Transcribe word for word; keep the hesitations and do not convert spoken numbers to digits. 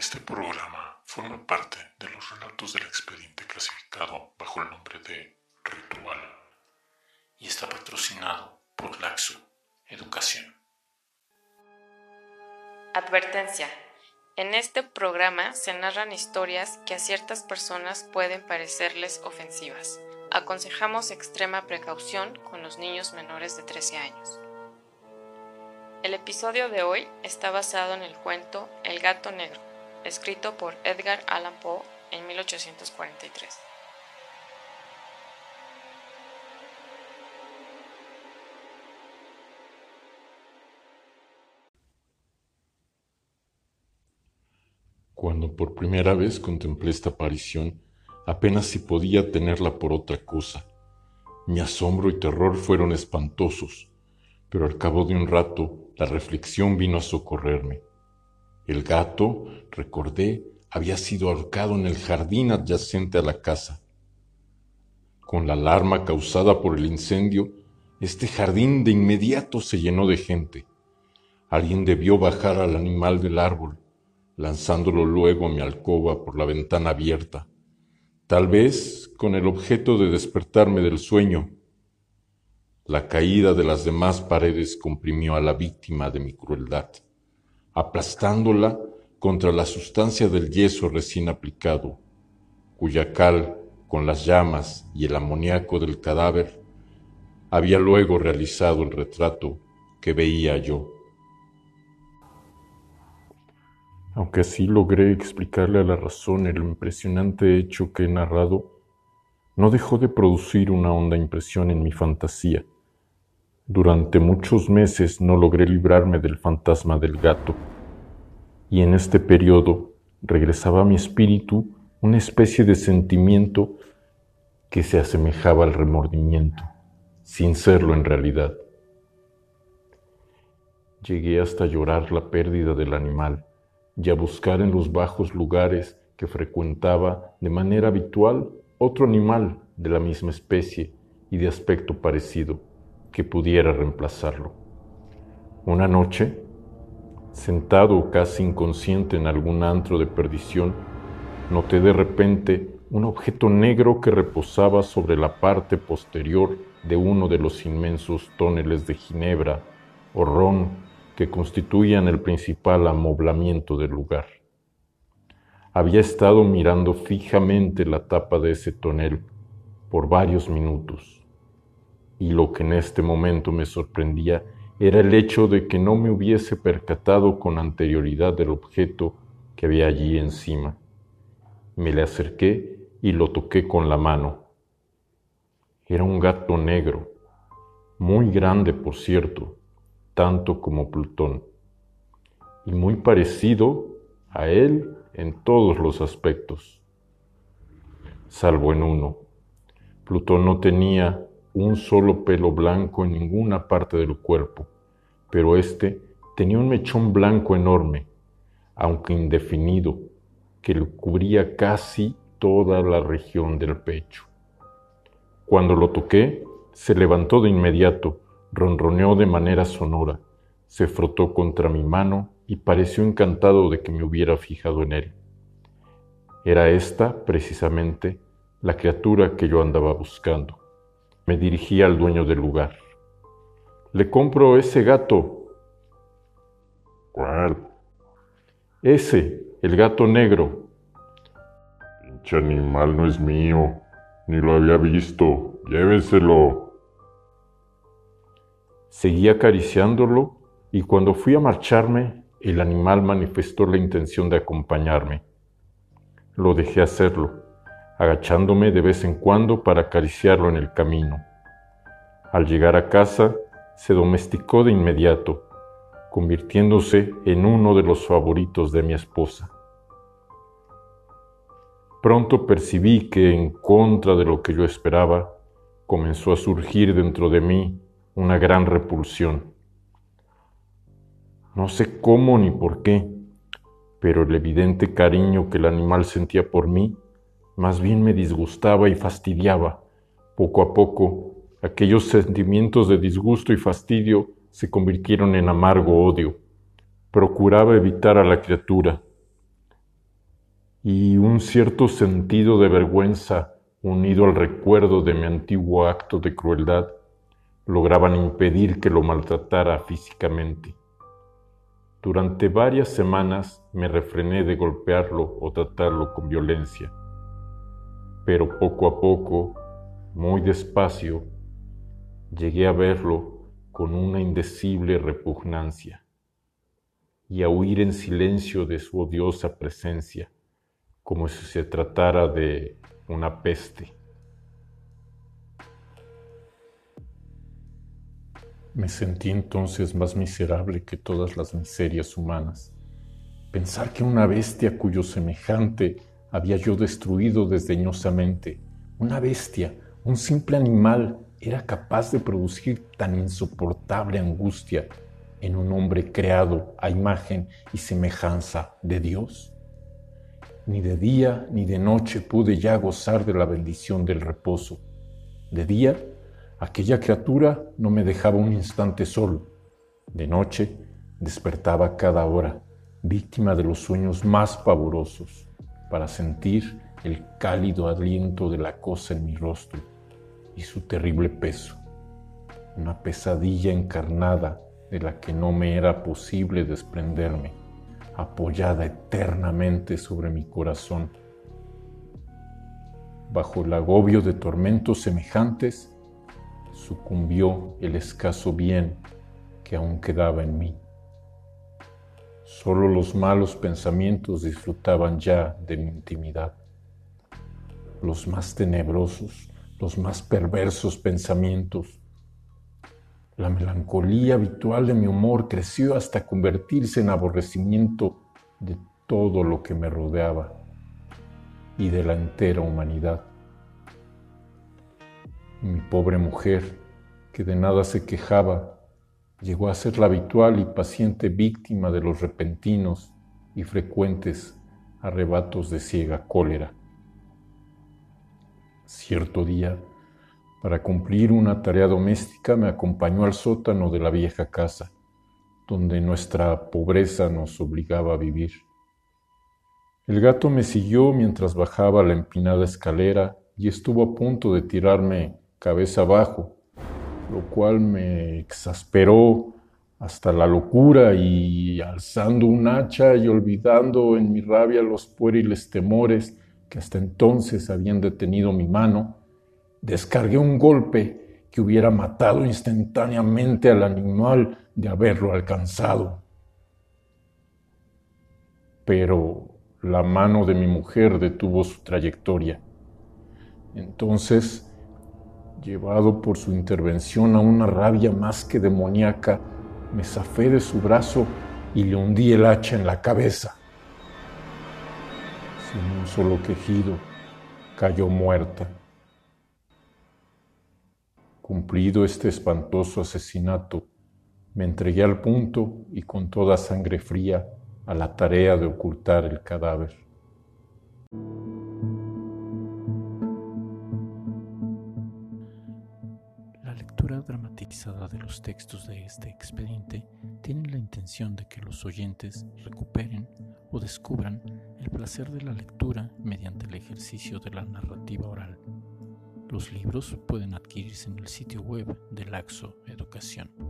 Este programa forma parte de los relatos del expediente clasificado bajo el nombre de Ritual y está patrocinado por Laxu Educación. Advertencia. En este programa se narran historias que a ciertas personas pueden parecerles ofensivas. Aconsejamos extrema precaución con los niños menores de trece años. El episodio de hoy está basado en el cuento El gato negro, escrito por Edgar Allan Poe en mil ochocientos cuarenta y tres. Cuando por primera vez contemplé esta aparición, apenas si podía tenerla por otra cosa. Mi asombro y terror fueron espantosos, pero al cabo de un rato la reflexión vino a socorrerme. El gato, recordé, había sido ahorcado en el jardín adyacente a la casa. Con la alarma causada por el incendio, este jardín de inmediato se llenó de gente. Alguien debió bajar al animal del árbol, lanzándolo luego a mi alcoba por la ventana abierta, tal vez con el objeto de despertarme del sueño. La caída de las demás paredes comprimió a la víctima de mi crueldad, aplastándola contra la sustancia del yeso recién aplicado, cuya cal, con las llamas y el amoníaco del cadáver, había luego realizado el retrato que veía yo. Aunque así logré explicarle a la razón el impresionante hecho que he narrado, no dejó de producir una honda impresión en mi fantasía. Durante muchos meses no logré librarme del fantasma del gato, y en este periodo regresaba a mi espíritu una especie de sentimiento que se asemejaba al remordimiento, sin serlo en realidad. Llegué hasta llorar la pérdida del animal, y a buscar en los bajos lugares que frecuentaba de manera habitual otro animal de la misma especie y de aspecto parecido que pudiera reemplazarlo. Una noche, sentado casi inconsciente en algún antro de perdición, noté de repente un objeto negro que reposaba sobre la parte posterior de uno de los inmensos tóneles de ginebra o ron que constituían el principal amoblamiento del lugar. Había estado mirando fijamente la tapa de ese tonel por varios minutos, y lo que en este momento me sorprendía era el hecho de que no me hubiese percatado con anterioridad del objeto que había allí encima. Me le acerqué y lo toqué con la mano. Era un gato negro, muy grande por cierto, tanto como Plutón, y muy parecido a él en todos los aspectos, salvo en uno. Plutón no tenía un solo pelo blanco en ninguna parte del cuerpo, pero este tenía un mechón blanco enorme, aunque indefinido, que le cubría casi toda la región del pecho. Cuando lo toqué, se levantó de inmediato, ronroneó de manera sonora, se frotó contra mi mano y pareció encantado de que me hubiera fijado en él. Era esta, precisamente, la criatura que yo andaba buscando. Me dirigí al dueño del lugar. «Le compro ese gato». ¿Cuál? «Ese, el gato negro». Pinche animal no es mío, ni lo había visto, lléveselo. Seguí acariciándolo y cuando fui a marcharme, el animal manifestó la intención de acompañarme. Lo dejé hacerlo, agachándome de vez en cuando para acariciarlo en el camino. Al llegar a casa, se domesticó de inmediato, convirtiéndose en uno de los favoritos de mi esposa. Pronto percibí que, en contra de lo que yo esperaba, comenzó a surgir dentro de mí una gran repulsión. No sé cómo ni por qué, pero el evidente cariño que el animal sentía por mí más bien me disgustaba y fastidiaba. Poco a poco, aquellos sentimientos de disgusto y fastidio se convirtieron en amargo odio. Procuraba evitar a la criatura, y un cierto sentido de vergüenza unido al recuerdo de mi antiguo acto de crueldad lograban impedir que lo maltratara físicamente. Durante varias semanas me refrené de golpearlo o tratarlo con violencia, pero poco a poco, muy despacio, llegué a verlo con una indecible repugnancia y a huir en silencio de su odiosa presencia, como si se tratara de una peste. Me sentí entonces más miserable que todas las miserias humanas. Pensar que una bestia cuyo semejante había yo destruido desdeñosamente, una bestia, un simple animal, era capaz de producir tan insoportable angustia en un hombre creado a imagen y semejanza de Dios. Ni de día ni de noche pude ya gozar de la bendición del reposo. De día, aquella criatura no me dejaba un instante solo. De noche, despertaba cada hora, víctima de los sueños más pavorosos, para sentir el cálido aliento de la cosa en mi rostro y su terrible peso, una pesadilla encarnada de la que no me era posible desprenderme, apoyada eternamente sobre mi corazón. Bajo el agobio de tormentos semejantes, sucumbió el escaso bien que aún quedaba en mí. Solo los malos pensamientos disfrutaban ya de mi intimidad. Los más tenebrosos, los más perversos pensamientos. La melancolía habitual de mi humor creció hasta convertirse en aborrecimiento de todo lo que me rodeaba y de la entera humanidad. Mi pobre mujer, que de nada se quejaba, llegó a ser la habitual y paciente víctima de los repentinos y frecuentes arrebatos de ciega cólera. Cierto día, para cumplir una tarea doméstica, me acompañó al sótano de la vieja casa, donde nuestra pobreza nos obligaba a vivir. El gato me siguió mientras bajaba la empinada escalera y estuvo a punto de tirarme cabeza abajo, lo cual me exasperó hasta la locura y, alzando un hacha y olvidando en mi rabia los pueriles temores que hasta entonces habían detenido mi mano, descargué un golpe que hubiera matado instantáneamente al animal de haberlo alcanzado. Pero la mano de mi mujer detuvo su trayectoria. Entonces, llevado por su intervención a una rabia más que demoníaca, me zafé de su brazo y le hundí el hacha en la cabeza. Sin un solo quejido, cayó muerta. Cumplido este espantoso asesinato, me entregué al punto y con toda sangre fría a la tarea de ocultar el cadáver. La lectura dramatizada de los textos de este expediente tiene la intención de que los oyentes recuperen o descubran el placer de la lectura mediante el ejercicio de la narrativa oral. Los libros pueden adquirirse en el sitio web de Laxo Educación.